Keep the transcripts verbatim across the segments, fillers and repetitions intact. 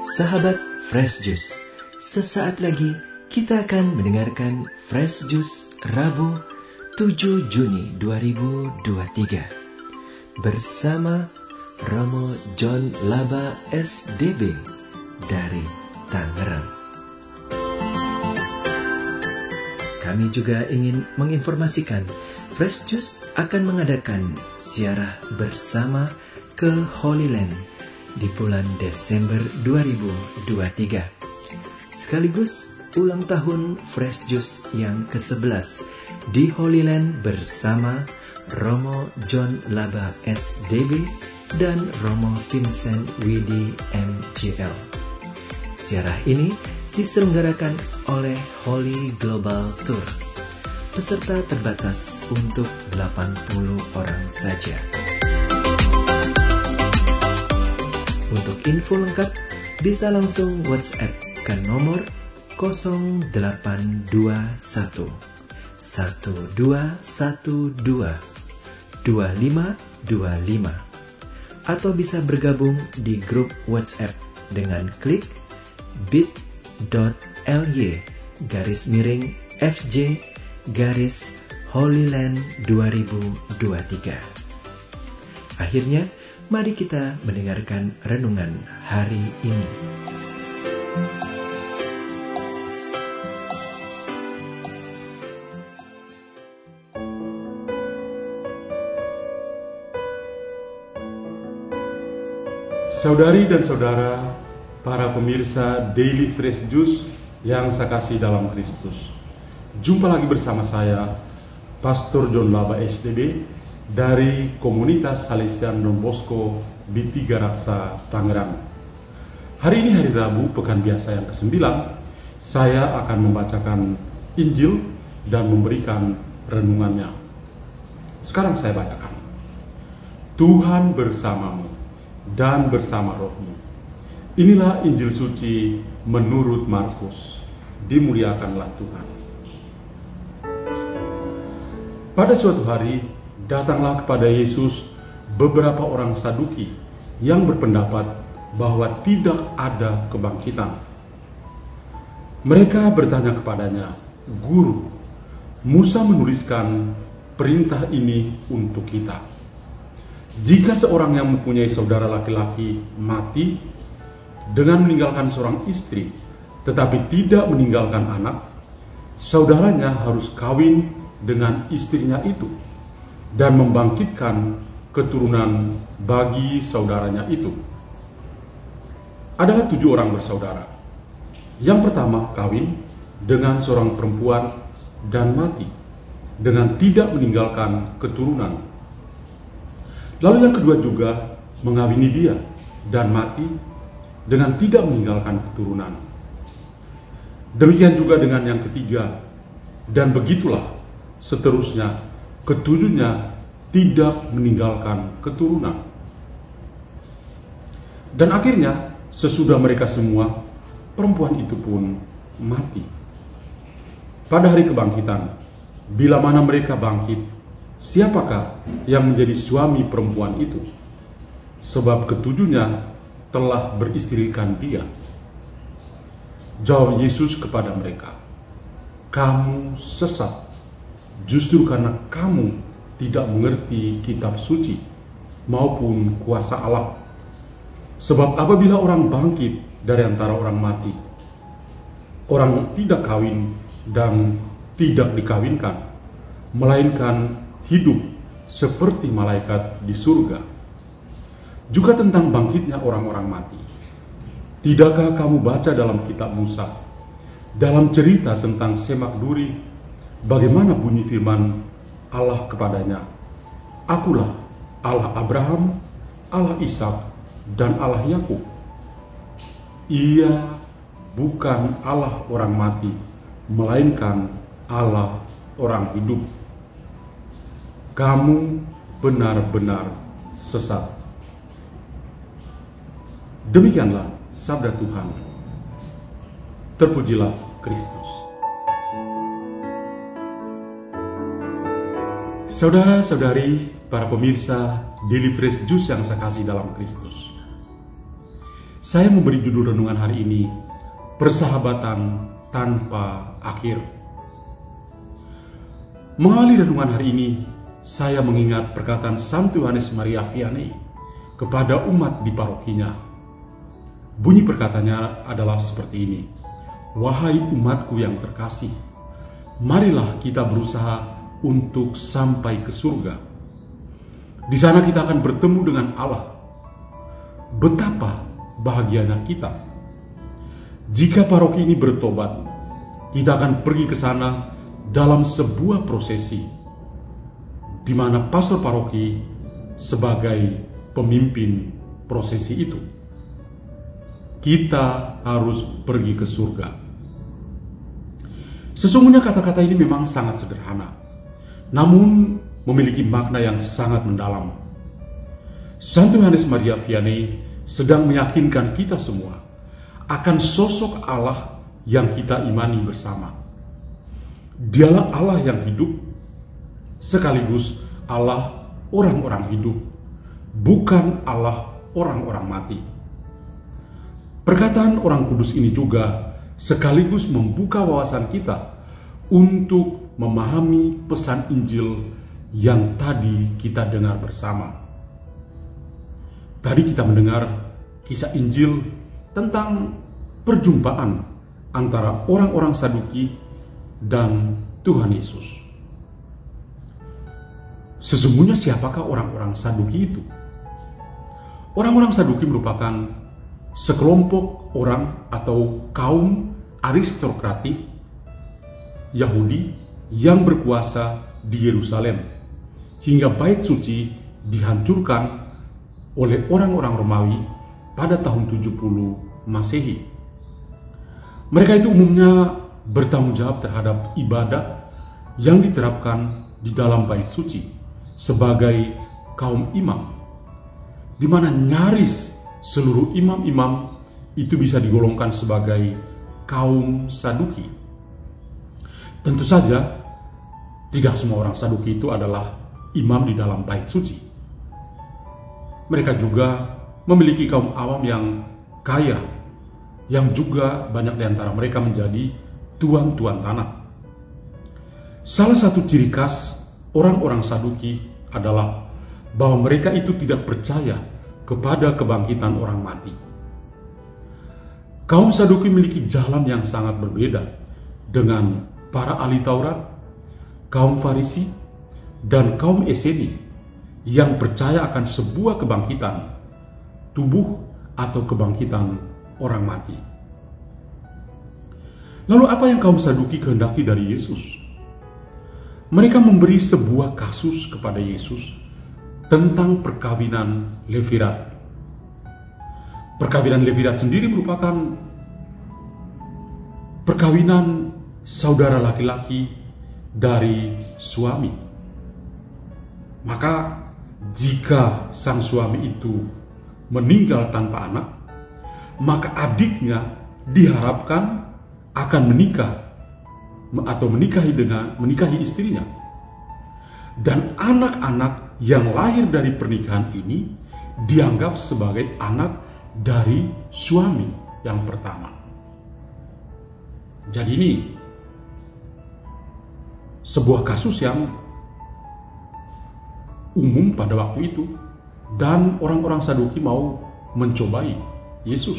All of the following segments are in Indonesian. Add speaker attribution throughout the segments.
Speaker 1: Sahabat Fresh Juice, sesaat lagi kita akan mendengarkan Fresh Juice Rabu tujuh Juni dua ribu dua puluh tiga bersama Romo John Laba S D B dari Tangerang. Kami juga ingin menginformasikan Fresh Juice akan mengadakan ziarah bersama ke Holy Land di bulan Desember dua ribu dua puluh tiga. Sekaligus ulang tahun Fresh Juice yang kesebelas di Holy Land bersama Romo John Laba S D B dan Romo Vincent Widi M J L. Ziarah ini diselenggarakan oleh Holy Global Tour. Peserta terbatas untuk delapan puluh orang saja. Untuk info lengkap bisa langsung WhatsApp ke nomor nol delapan dua satu satu dua satu dua dua lima dua lima atau bisa bergabung di grup WhatsApp dengan klik bit.ly garis miring FJ garis Holyland dua ribu dua puluh tiga. Akhirnya, mari kita mendengarkan renungan hari ini.
Speaker 2: Saudari dan saudara, para pemirsa Daily Fresh Juice yang saya kasih dalam Kristus. Jumpa lagi bersama saya, Pastor John Laba S D B dari komunitas Salesian Don Bosco di Tiga Raksa, Tangerang. Hari ini hari Rabu, pekan biasa yang kesembilan, saya akan membacakan Injil dan memberikan renungannya. Sekarang saya bacakan. Tuhan bersamamu dan bersama rohmu. Inilah Injil suci menurut Markus. Dimuliakanlah Tuhan. Pada suatu hari, datanglah kepada Yesus beberapa orang Saduki yang berpendapat bahwa tidak ada kebangkitan. Mereka bertanya kepadanya, "Guru, Musa menuliskan perintah ini untuk kita. Jika seorang yang mempunyai saudara laki-laki mati dengan meninggalkan seorang istri, tetapi tidak meninggalkan anak, saudaranya harus kawin dengan istrinya itu dan membangkitkan keturunan bagi saudaranya itu." Adalah tujuh orang bersaudara. Yang pertama kawin dengan seorang perempuan dan mati dengan tidak meninggalkan keturunan. Lalu yang kedua juga mengawini dia dan mati dengan tidak meninggalkan keturunan. Demikian juga dengan yang ketiga, dan begitulah seterusnya, ketujuhnya tidak meninggalkan keturunan. Dan akhirnya, sesudah mereka semua, perempuan itu pun mati. Pada hari kebangkitan, bila mana mereka bangkit, siapakah yang menjadi suami perempuan itu? Sebab ketujuhnya telah beristrikan dia. Jawab Yesus kepada mereka, "Kamu sesat, justru karena kamu tidak mengerti kitab suci maupun kuasa Allah. Sebab apabila orang bangkit dari antara orang mati, orang tidak kawin dan tidak dikawinkan, melainkan hidup seperti malaikat di surga. Juga tentang bangkitnya orang-orang mati, tidakkah kamu baca dalam kitab Musa, dalam cerita tentang semak duri, bagaimana bunyi firman Allah kepadanya, 'Akulah Allah Abraham, Allah Ishak, dan Allah Yakub.' Ia bukan Allah orang mati, melainkan Allah orang hidup. Kamu benar-benar sesat." Demikianlah sabda Tuhan. Terpujilah Kristus. Saudara-saudari, para pemirsa Daily Fresh Juice yang saya kasih dalam Kristus. saya memberi judul renungan hari ini, Persahabatan Tanpa Akhir. Mengawali renungan hari ini, saya mengingat perkataan Santo Yohanes Maria Vianney kepada umat di parokinya. Bunyi perkataannya adalah seperti ini: "Wahai umatku yang terkasih, marilah kita berusaha untuk sampai ke surga. Di sana kita akan bertemu dengan Allah. Betapa bahagianya kita jika paroki ini bertobat. Kita akan pergi ke sana dalam sebuah prosesi di mana pastor paroki sebagai pemimpin prosesi itu. Kita harus pergi ke surga." Sesungguhnya kata-kata ini memang sangat sederhana, namun memiliki makna yang sangat mendalam. Santo Yohanes Maria Vianney sedang meyakinkan kita semua akan sosok Allah yang kita imani bersama. Dialah Allah yang hidup, sekaligus Allah orang-orang hidup, bukan Allah orang-orang mati. Perkataan Orang Kudus ini juga sekaligus membuka wawasan kita untuk memahami pesan Injil yang tadi kita dengar bersama. Tadi kita mendengar kisah Injil tentang perjumpaan antara orang-orang Saduki dan Tuhan Yesus. Sesungguhnya siapakah orang-orang Saduki itu? Orang-orang Saduki merupakan sekelompok orang atau kaum aristokratif Yahudi yang berkuasa di Yerusalem hingga bait suci dihancurkan oleh orang-orang Romawi pada tahun tujuh puluh Masehi. Mereka itu umumnya bertanggung jawab terhadap ibadah yang diterapkan di dalam bait suci sebagai kaum imam, di mana nyaris seluruh imam-imam itu bisa digolongkan sebagai kaum Saduki. Tentu saja tidak semua orang Saduki itu adalah imam di dalam bait suci. Mereka juga memiliki kaum awam yang kaya, yang juga banyak di antara mereka menjadi tuan-tuan tanah. Salah satu ciri khas orang-orang Saduki adalah bahwa mereka itu tidak percaya kepada kebangkitan orang mati. Kaum Saduki memiliki jalan yang sangat berbeda dengan para ahli Taurat, kaum Farisi, dan kaum Eseni yang percaya akan sebuah kebangkitan tubuh atau kebangkitan orang mati. Lalu apa yang kaum Saduki kehendaki dari Yesus? Mereka memberi sebuah kasus kepada Yesus tentang perkawinan Levirat. Perkawinan Levirat sendiri merupakan perkawinan saudara laki-laki dari suami. Maka jika sang suami itu meninggal tanpa anak, maka adiknya diharapkan akan menikah atau menikahi dengan menikahi istrinya. Dan anak-anak yang lahir dari pernikahan ini dianggap sebagai anak dari suami yang pertama. Jadi ini sebuah kasus yang umum pada waktu itu, dan orang-orang Saduki mau mencobai Yesus.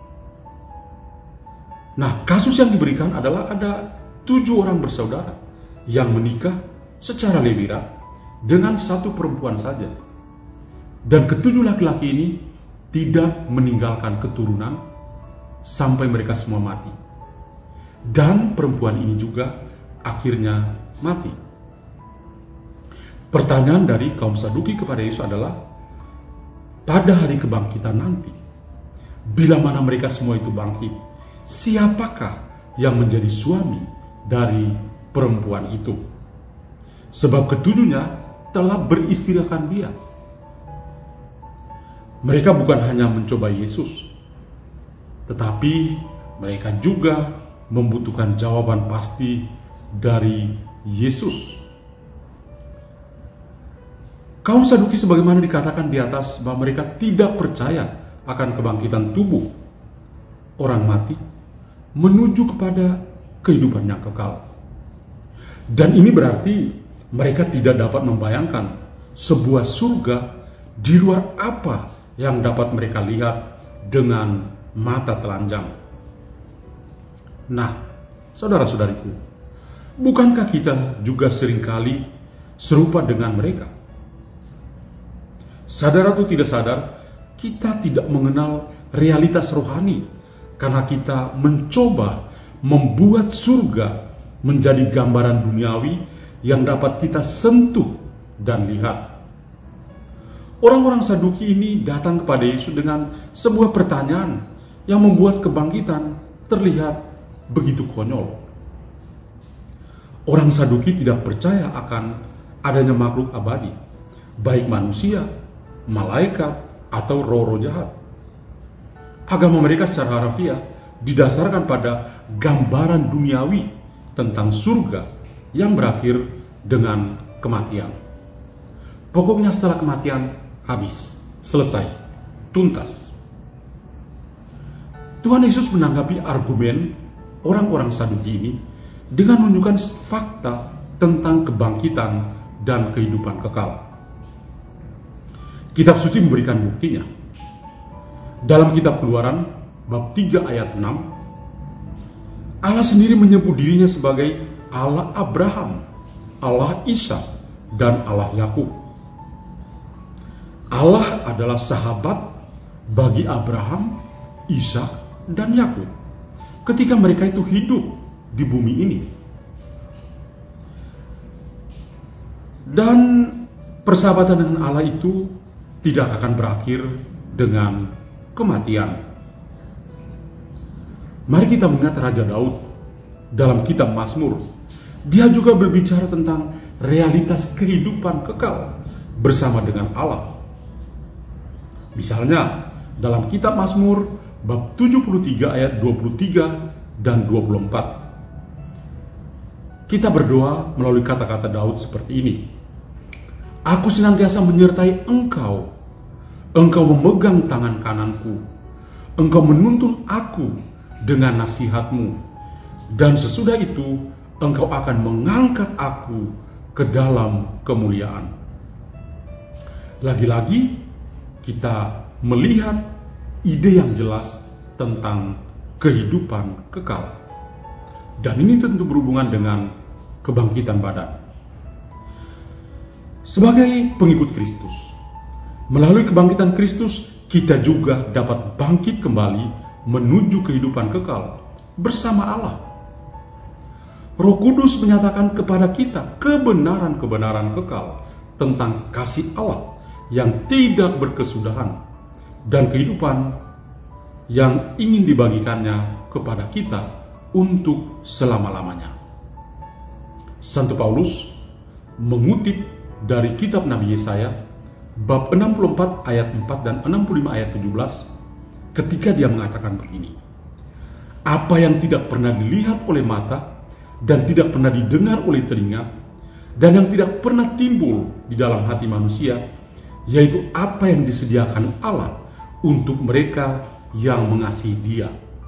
Speaker 2: Nah, kasus yang diberikan adalah ada tujuh orang bersaudara yang menikah secara levirat dengan satu perempuan saja, dan ketujuh laki-laki ini tidak meninggalkan keturunan sampai mereka semua mati, dan perempuan ini juga akhirnya mati. Pertanyaan dari kaum Saduki kepada Yesus adalah, pada hari kebangkitan nanti, bila mana mereka semua itu bangkit, siapakah yang menjadi suami dari perempuan itu? Sebab ketujuhnya telah beristirahatkan dia. Mereka bukan hanya mencoba Yesus, tetapi mereka juga membutuhkan jawaban pasti dari Yesus. Kaum Saduki sebagaimana dikatakan di atas bahwa mereka tidak percaya akan kebangkitan tubuh orang mati menuju kepada kehidupan yang kekal. Dan ini berarti mereka tidak dapat membayangkan sebuah surga di luar apa yang dapat mereka lihat dengan mata telanjang. Nah, saudara-saudariku, bukankah kita juga seringkali serupa dengan mereka? Sadar atau tidak sadar, kita tidak mengenal realitas rohani karena kita mencoba membuat surga menjadi gambaran duniawi yang dapat kita sentuh dan lihat. Orang-orang Saduki ini datang kepada Yesus dengan sebuah pertanyaan yang membuat kebangkitan terlihat begitu konyol. Orang Saduki tidak percaya akan adanya makhluk abadi, baik manusia, malaikat, atau roh-roh jahat. Agama mereka secara harfiah didasarkan pada gambaran duniawi tentang surga yang berakhir dengan kematian. Pokoknya setelah kematian habis, selesai, tuntas. Tuhan Yesus menanggapi argumen orang-orang Saduki ini dengan menunjukkan fakta tentang kebangkitan dan kehidupan kekal. Kitab suci memberikan buktinya. Dalam kitab Keluaran bab tiga ayat enam, Allah sendiri menyebut dirinya sebagai Allah Abraham, Allah Ishak, dan Allah Yakub. Allah adalah sahabat bagi Abraham, Ishak, dan Yakub ketika mereka itu hidup di bumi ini. Dan persahabatan dengan Allah itu tidak akan berakhir dengan kematian. Mari kita mengingat Raja Daud dalam kitab Mazmur. Dia juga berbicara tentang realitas kehidupan kekal bersama dengan Allah. Misalnya dalam kitab Mazmur bab tujuh puluh tiga ayat dua puluh tiga dan dua puluh empat. Kita berdoa melalui kata-kata Daud seperti ini. Aku senantiasa menyertai Engkau. Engkau memegang tangan kananku. Engkau menuntun aku dengan nasihat-Mu. Dan sesudah itu, Engkau akan mengangkat aku ke dalam kemuliaan. Lagi-lagi, kita melihat ide yang jelas tentang kehidupan kekal. Dan ini tentu berhubungan dengan kebangkitan badan. Sebagai pengikut Kristus, melalui kebangkitan Kristus, kita juga dapat bangkit kembali menuju kehidupan kekal bersama Allah. Roh Kudus menyatakan kepada kita kebenaran-kebenaran kekal tentang kasih Allah yang tidak berkesudahan dan kehidupan yang ingin dibagikannya kepada kita untuk selama-lamanya. Santo Paulus mengutip dari kitab Nabi Yesaya bab enam puluh empat ayat empat dan enam puluh lima ayat tujuh belas ketika dia mengatakan begini. Apa yang tidak pernah dilihat oleh mata dan tidak pernah didengar oleh telinga dan yang tidak pernah timbul di dalam hati manusia, yaitu apa yang disediakan Allah untuk mereka yang mengasihi Dia.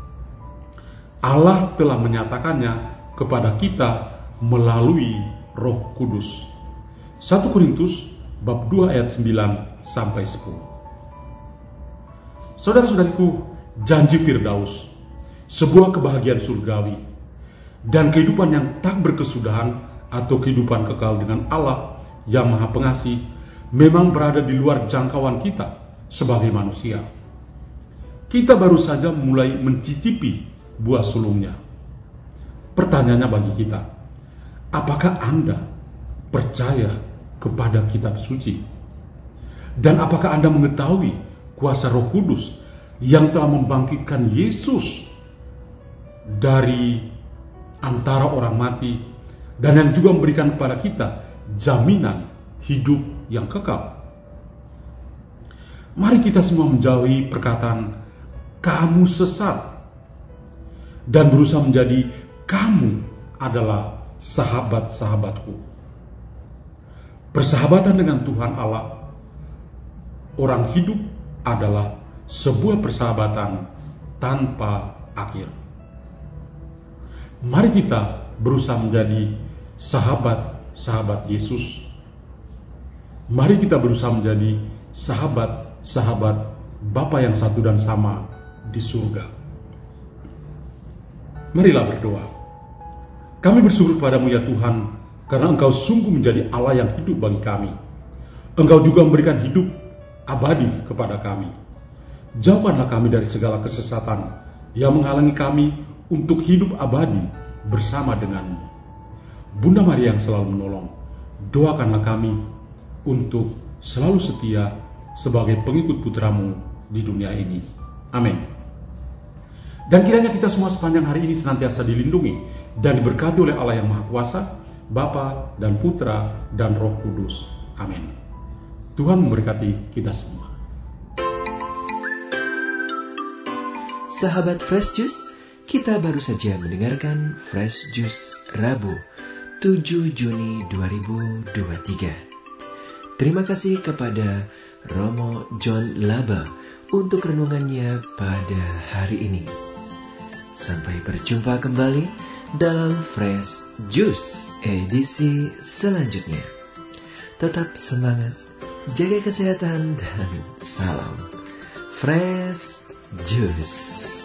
Speaker 2: Allah telah menyatakannya kepada kita melalui Roh Kudus. satu Korintus bab dua ayat sembilan sampai sepuluh. Saudara-saudariku, janji Firdaus, sebuah kebahagiaan surgawi dan kehidupan yang tak berkesudahan atau kehidupan kekal dengan Allah yang Maha Pengasih memang berada di luar jangkauan kita sebagai manusia. Kita baru saja mulai mencicipi buah sulungnya. Pertanyaannya bagi kita, apakah Anda percaya kepada kitab suci? Dan apakah Anda mengetahui kuasa Roh Kudus yang telah membangkitkan Yesus dari antara orang mati dan yang juga memberikan kepada kita jaminan hidup yang kekal? Mari kita semua menjauhi perkataan kamu sesat dan berusaha menjadi kamu adalah sahabat-sahabatku. Persahabatan dengan Tuhan Allah, orang hidup adalah sebuah persahabatan tanpa akhir. Mari kita berusaha menjadi sahabat-sahabat Yesus. Mari kita berusaha menjadi sahabat-sahabat Bapa yang satu dan sama di surga. Marilah berdoa. Kami bersyukur padamu ya Tuhan, karena Engkau sungguh menjadi Allah yang hidup bagi kami. Engkau juga memberikan hidup abadi kepada kami. Jauhkanlah kami dari segala kesesatan yang menghalangi kami untuk hidup abadi bersama denganmu. Bunda Maria yang selalu menolong, doakanlah kami untuk selalu setia sebagai pengikut putramu di dunia ini. Amin. Dan kiranya kita semua sepanjang hari ini senantiasa dilindungi dan diberkati oleh Allah yang Maha Kuasa, Bapa dan Putra dan Roh Kudus. Amin. Tuhan memberkati kita semua.
Speaker 1: Sahabat Fresh Juice, kita baru saja mendengarkan Fresh Juice Rabu tujuh Juni dua ribu dua puluh tiga. Terima kasih kepada Romo John Laba untuk renungannya pada hari ini. Sampai berjumpa kembali dalam Fresh Juice edisi selanjutnya. Tetap semangat, jaga kesehatan, dan salam Fresh Juice.